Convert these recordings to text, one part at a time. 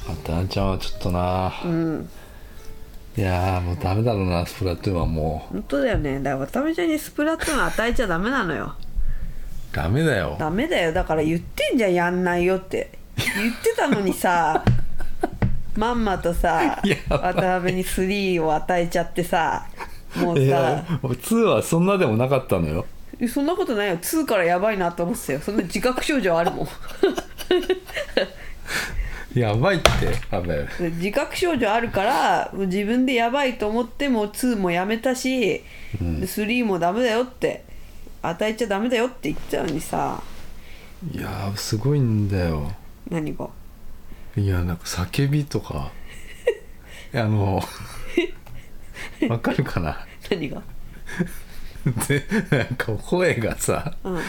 タナちゃんはちょっとな、いやもうダメだろうな、スプラトゥーンはもう。 本当だよね。だから渡辺ちゃんにスプラトゥーン与えちゃダメなのよ。 ダメだよ。 ダメだよ。だから言ってんじゃん、やんないよって言ってたのにさまんまとさ渡辺に3を与えちゃってさ、もうさ 2はそんなでもなかったのよ。 そんなことないよ。2からやばいなと思ってたよ。そんな自覚症状あるもんやばいってやばい。 自覚症状あるから自分でやばいと思っても2もやめたし、3もダメだよって与えちゃダメだよって言ってたのにさ。 いやすごいんだよ。 何が？ いやなんか叫びとかわかるかな何が？ でなんか声がさ、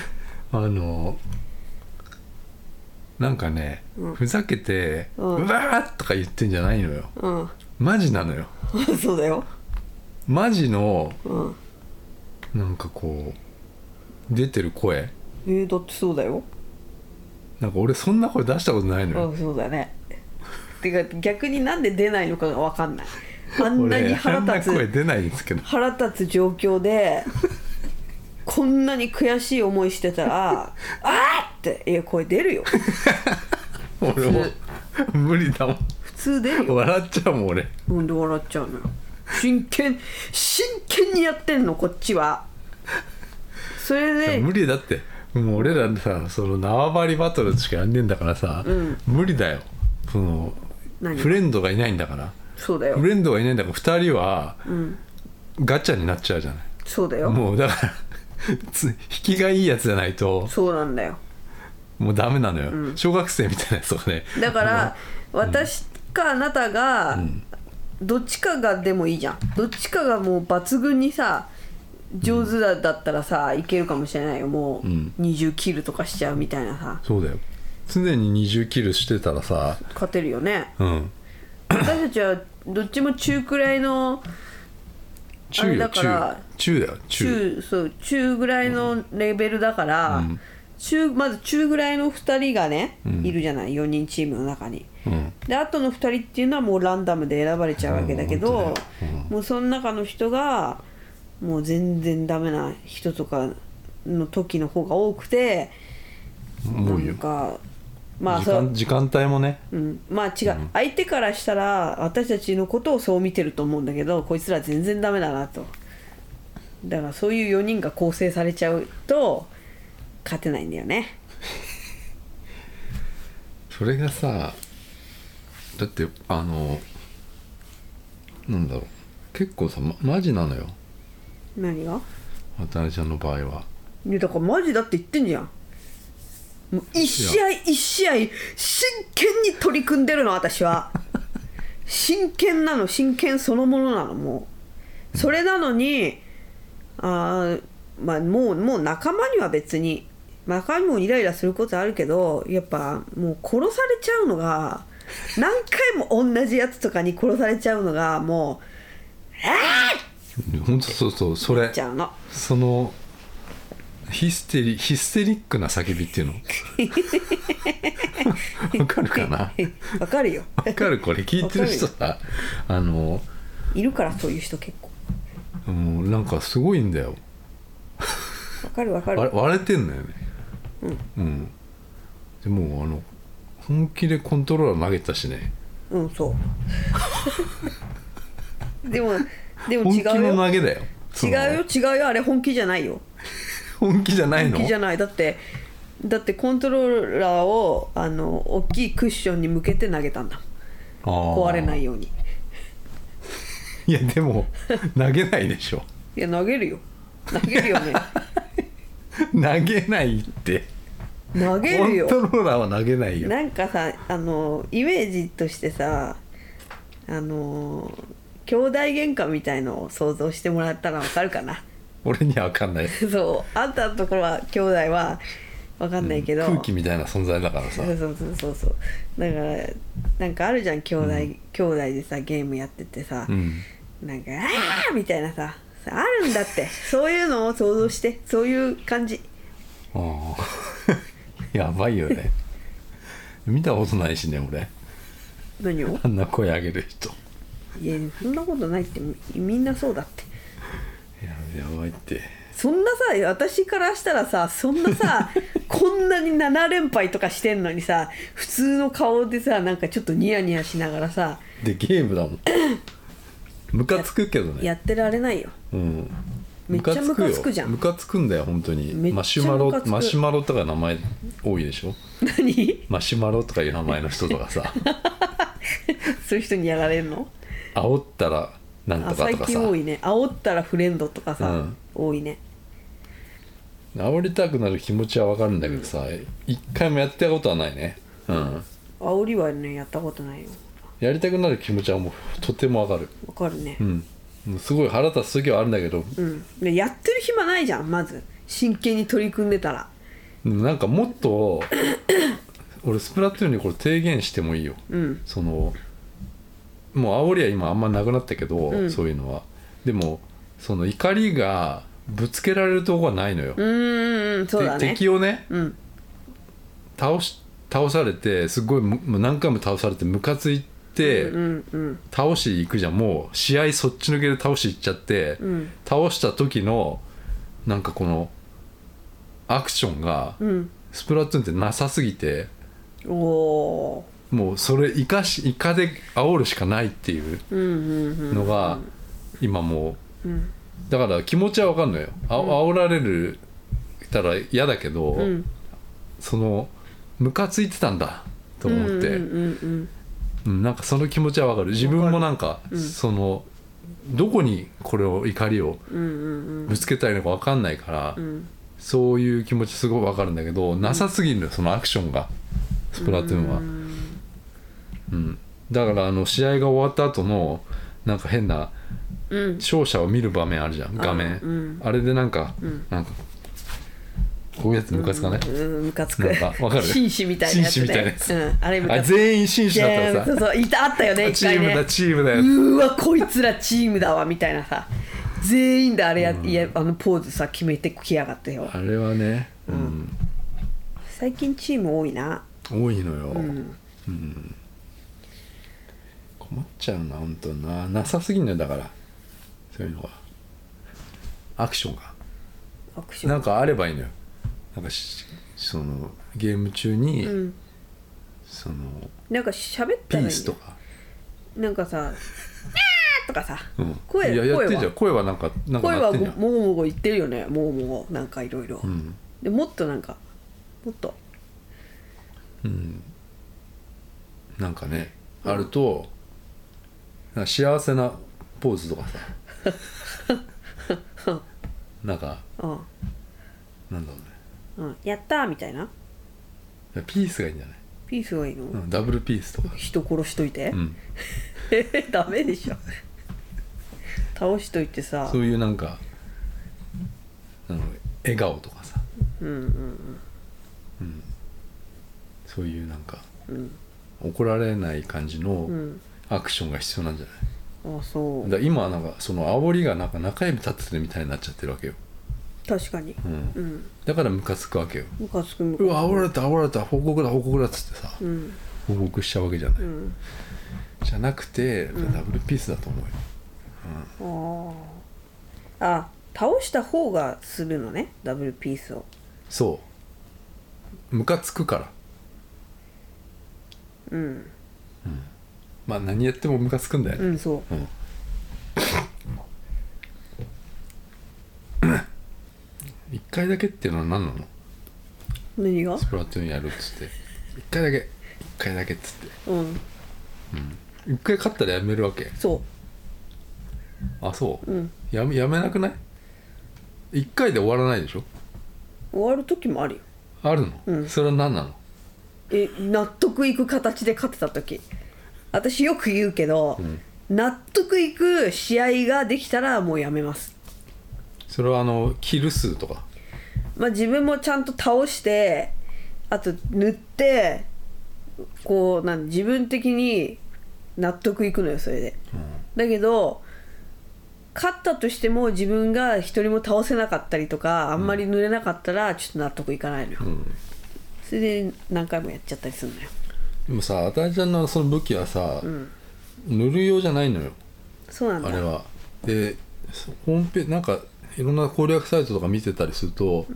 なんかね、ふざけて、うわーとか言ってんじゃないのよ、マジなのよそうだよ。 マジの、なんかこう出てる声。 だってそうだよ。 なんか俺そんな声出したことないのよ。 そうだね。てか逆になんで出ないのかが分かんない。あんなに腹立つ、 声出ないんですけど、 腹立つ状況でこんなに悔しい思いしてたらあーって声出るよ俺も無理だもん。 普通出るよ。 笑っちゃうもん俺。 なんで笑っちゃうのよ。真剣にやってんのこっちは。それで無理だって。もう俺らさ、その縄張りバトルしかやんねえんだからさ、無理だよ。そのフレンドがいないんだから。 そうだよ。 フレンドがいないんだから2人は、ガチャになっちゃうじゃない。 そうだよ。 もうだから引きがいいやつじゃないと。 そうなんだよ。 もうダメなのよ、小学生みたいなやつとかね。 だから私かあなたが、どっちかがでもいいじゃん。どっちかがもう抜群にさ上手だったらさいけるかもしれないよ。もう20キルとかしちゃうみたいなさ。 そうだよ。常に20キルしてたらさ勝てるよね。私たちはどっちも中くらいのあれだから、 中だよ。 中ぐらいのレベルだから、まず中ぐらいの2人がね、いるじゃない、4人チームの中に、であとの2人っていうのはもうランダムで選ばれちゃうわけだけど、もうその中の人がもう全然ダメな人とかの時の方が多くて、なんかまあ時間帯もね、 まあ違う、相手からしたら私たちのことをそう見てると思うんだけど、こいつら全然ダメだなと。だからそういう4人が構成されちゃうと勝てないんだよね。 それがさ、だってなんだろう、結構さ、マジなのよ。 何が？ 渡辺ちゃんの場合は。 だからマジだって言ってんじゃん。もう一試合一試合真剣に取り組んでるの私は真剣なの、真剣そのものなの。もうそれなのにまあもう仲間には別に仲間もイライラすることあるけど、やっぱもう殺されちゃうのが何回も同じやつとかに殺されちゃうのがもう本当そうそれちゃうの。 そのヒステリックな叫びっていうのわかるかな。 わかるよ。 わかる。これ聞いてる人さいるからそういう人結構。 なんかすごいんだよ。 わかる割れてんだよね。でも本気でコントローラー投げたしね。 そうでも違うよ。 本気の投げだよ。 違うよ、あれ本気じゃないよ。 本気じゃないの？ 本気じゃない。だってコントローラーを大きいクッションに向けて投げたんだ。壊れないように。 いやでも投げないでしょ。 いや投げるよね投げないって。 投げるよ。 コントローラーは投げないよ。 なんかさイメージとしてさ兄弟喧嘩みたいのを想像してもらったらわかるかな。 俺には分かんない。 そうあんたのところは兄弟は分かんないけど、 空気みたいな存在だからさ。 そうだからなんかあるじゃん、兄弟でさゲームやっててさ、なんかあーみたいなさあるんだって。そういうのを想像して、そういう感じ。 やばいよね見たことないしね俺。 何を？ あんな声上げる人。 いやそんなことないって、みんなそうだって。 やばいって。 そんなさ、私からしたらさ、そんなさこんなに7連敗とかしてんのにさ、普通の顔でさ、なんかちょっとニヤニヤしながらさ、 でゲームだもん。ムカつくけどね。 やってられないよ。 うん。 めっちゃムカつくじゃん。 ムカつくんだよ本当に。 めっちゃマシュマロとか名前多いでしょ。 何？ マシュマロとかいう名前の人とかさそういう人にやられるの？ 煽ったらなんとかとかさ。 最近多いね。煽ったらフレンドとかさ、多いね。 煽りたくなる気持ちは分かるんだけどさ、一回もやったことはないね。 煽りはね、やったことないよ。 やりたくなる気持ちはもうとても分かる。 分かるね。 もうすごい腹立つ時はあるんだけど、 でやってる暇ないじゃん。まず真剣に取り組んでたら。 なんかもっと俺スプラトゥーンにこれ提言してもいいよ。そのもう煽りは今あんまなくなったけど、そういうのは。でもその怒りがぶつけられるとこはないのよ。 そうだね。 敵をね、倒されて、すごいもう何回も倒されてムカついて、倒しに行くじゃん。もう試合そっちのけで倒しに行っちゃって、倒した時のなんかこのアクションが、スプラトゥーンってなさすぎて、もうそれイカで煽るしかないっていうのが今もう、だから気持ちは分かんのよ。煽られるたら嫌だけど、そのムカついてたんだと思って、なんかその気持ちは分かる。自分もなんか、そのどこにこれを怒りをぶつけたいのか分かんないから、そういう気持ちすごい分かるんだけど、なさすぎるのよそのアクションがスプラトゥーンは。だから試合が終わった後のなんか変な勝者を見る場面あるじゃん、画面。あれでなんかこういうやつムカつかない？ ムカつく。 なんかわかる？ 紳士みたいなやつね。あれムカつく。 全員紳士だったらさ、 そうあったよね、一回ね。 チームだよ。 うわこいつらチームだわみたいなさ、全員であれあのポーズさ決めてきやがってよ。 あれはね、 最近チーム多いな。 多いのよ。困っちゃうな本当になさすぎんのよ。だからそういうのがアクションがなんかあればいいのよ。なんかそのゲーム中に、そのなんか喋ったらいいピースとかなんかさとかさ、 声はやってんじゃん。声はなんか声はもごもご言ってるよね。もごもごなんかいろいろで、もっとなんかもっとなんかね、あるとなんか幸せなポーズとかさなんかなんだろうね、 やったーみたいな。 ピースがいいんじゃない？ ピースがいいの？ ダブルピースとか。 人殺しといて、ダメでしょ倒しといてさ。 そういうなんか笑顔とかさ、そういうなんか、怒られない感じのアクションが必要なんじゃない？ そうだ今はなんかその煽りがなんか中指立ってるみたいになっちゃってるわけよ。 確かに、 だからムカつくわけよ。 ムカつく。 うわ煽られた報告だっつってさ、報告しちゃうわけじゃない、じゃなくて、ダブルピースだと思うよ。 倒した方がするのね、ダブルピースを。 そうムカつくから。まあ何やってもムカつくんだよね。 そう。 1回だけっていうのは何なの？ 何が？ スプラトゥーンやるっつって1回だけっつって、1回勝ったらやめるわけ？ そう。 そう、やめなくない？1回で終わらないでしょ？ 終わる時もあるよ。 あるの？それは何なの？ 納得いく形で勝ってた時。私よく言うけど、納得いく試合ができたらもうやめます。 それはキル数とか、 自分もちゃんと倒して、あと塗ってこう自分的に納得いくのよそれで、だけど勝ったとしても自分が一人も倒せなかったりとか、あんまり塗れなかったらちょっと納得いかないのよ、それで何回もやっちゃったりするのよ。 でもさ、あたりちゃんのその武器はさ、塗る用じゃないのよ、 そうなんだ。 あれは。でホームページなんかいろんな攻略サイトとか見てたりすると、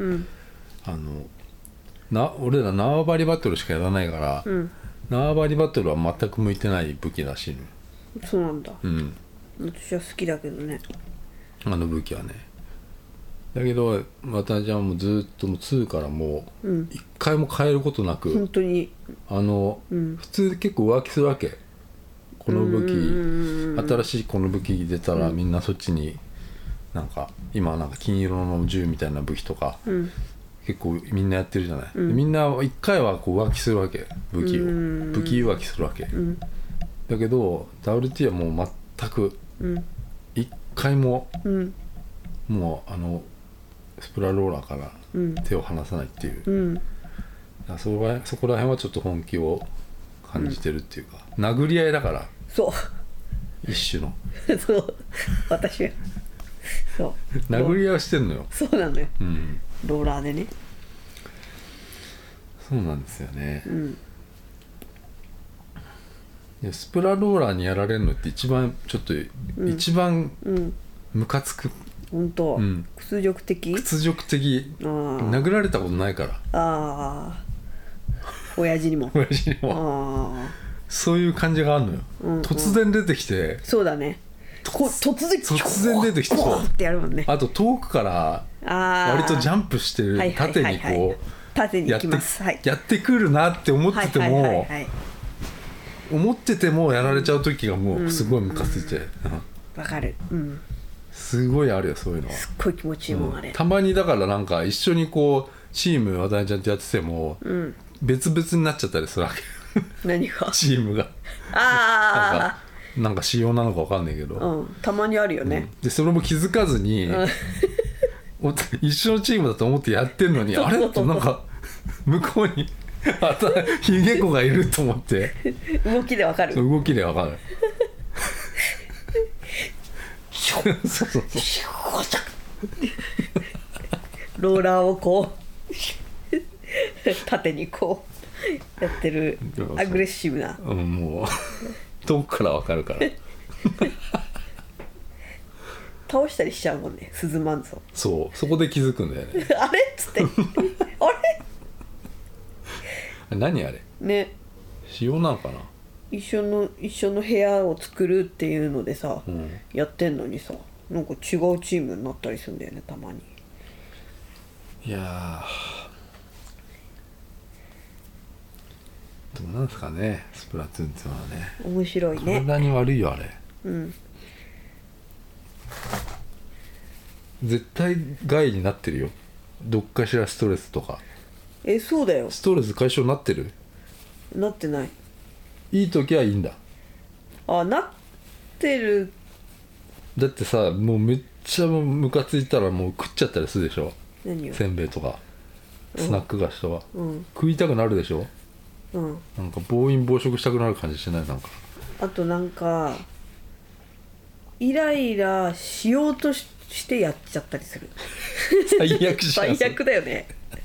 俺ら縄張りバトルしかやらないから、縄張りバトルは全く向いてない武器らしいの。 そうなんだ。私は好きだけどね。 あの武器はね。だけど私はもうずっともう2からもう一回も変えることなく、 本当に普通結構浮気するわけ。この武器、新しいこの武器出たらみんなそっちになんか今なんか金色の銃みたいな武器とか、結構みんなやってるじゃない、みんな一回はこう浮気するわけ、武器浮気するわけ、だけど WT はもう全く一回も、もうスプラローラーから手を離さないっていう、そこら辺はちょっと本気を感じてるっていうか、殴り合いだから、 そう一種のそう私はそう殴り合いをしてんのよ。 そうなのよ、ローラーでね。 そうなんですよね、でスプラローラーにやられるのって一番ちょっと、一番ムカつく。 本当、屈辱的。 殴られたことないから。 親父にもそういう感じがあるのよ、突然出てきて。 そうだね、突然出てきて、そうってやるもんね。 あと遠くから割とジャンプしてる、縦にこう縦に行きます、 やってくるなって思っててもやられちゃう時がもうすごいムカついて、 わかる、 すごいあるよそういうのは。 すっごい気持ちいいもんあれ。 たまにだからなんか一緒にこうチーム渡辺ちゃんとやってても、別々になっちゃったりするわけ。 何がチームがなんか仕様なのか分かんないけど、 たまにあるよね、 でそれも気づかずに、一緒のチームだと思ってやってるのに、あれってなんか向こうにヒゲ子がいると思って動きで分かる。 動きで分かる。そうローラーをこう縦にこうやってるアグレッシブな、 もう遠くから分かるから倒したりしちゃうもんね、スズマンゾ。 そこで気づくんだよねあれっつってあれ何あれね、 仕様なのかな。 一緒の部屋を作るっていうのでさ、やってんのにさ、なんか違うチームになったりするんだよね、たまに。 いやどうなんですかね、スプラトゥーンっていうのはね。 面白いね。 体に悪いよあれ。絶対害になってるよ、どっかしらストレスとか。 そうだよ。 ストレス解消になってる？ なってない。 いい時はいいんだ。 なってる。 だってさ、もうめっちゃムカついたらもう食っちゃったりするでしょ。 何を？ せんべいとかスナック菓子とか、食いたくなるでしょ。なんか暴飲暴食したくなる感じしない？なんかあとなんかイライラしようとしてやっちゃったりする。 最悪じゃん。 最悪だよね。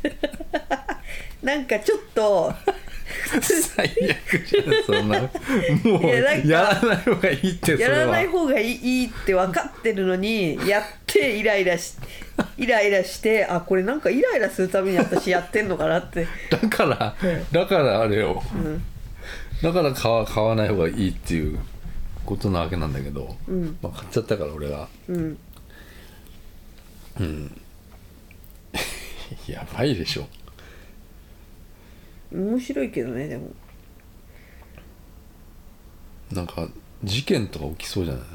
なんかちょっと最悪じゃん、そんな。もうやらない方がいいって。それはやらない方がいいって分かってるのにやってイライラして、これなんかイライラするために私やってんのかなって。 だからあれよ、だから買わない方がいいっていうことなわけなんだけど、買っちゃったから俺が。やばいでしょ。 面白いけどね。でもなんか事件とか起きそうじゃない？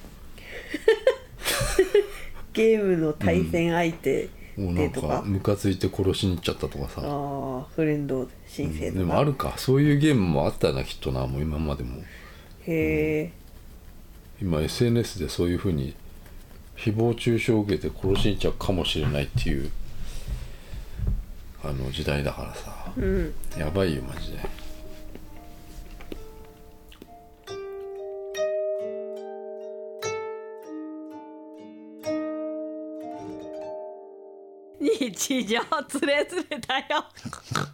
ゲームの対戦相手でとか、なんかムカついて殺しに行っちゃったとかさ。 フレンド申請とか、 でもあるか、そういうゲームもあったなきっとな、もう今までも。 へえ、 今 SNS でそういう風に誹謗中傷を受けて殺しに行っちゃうかもしれないっていう時代だからさ、やばいよマジで。 日常つれづれだよ。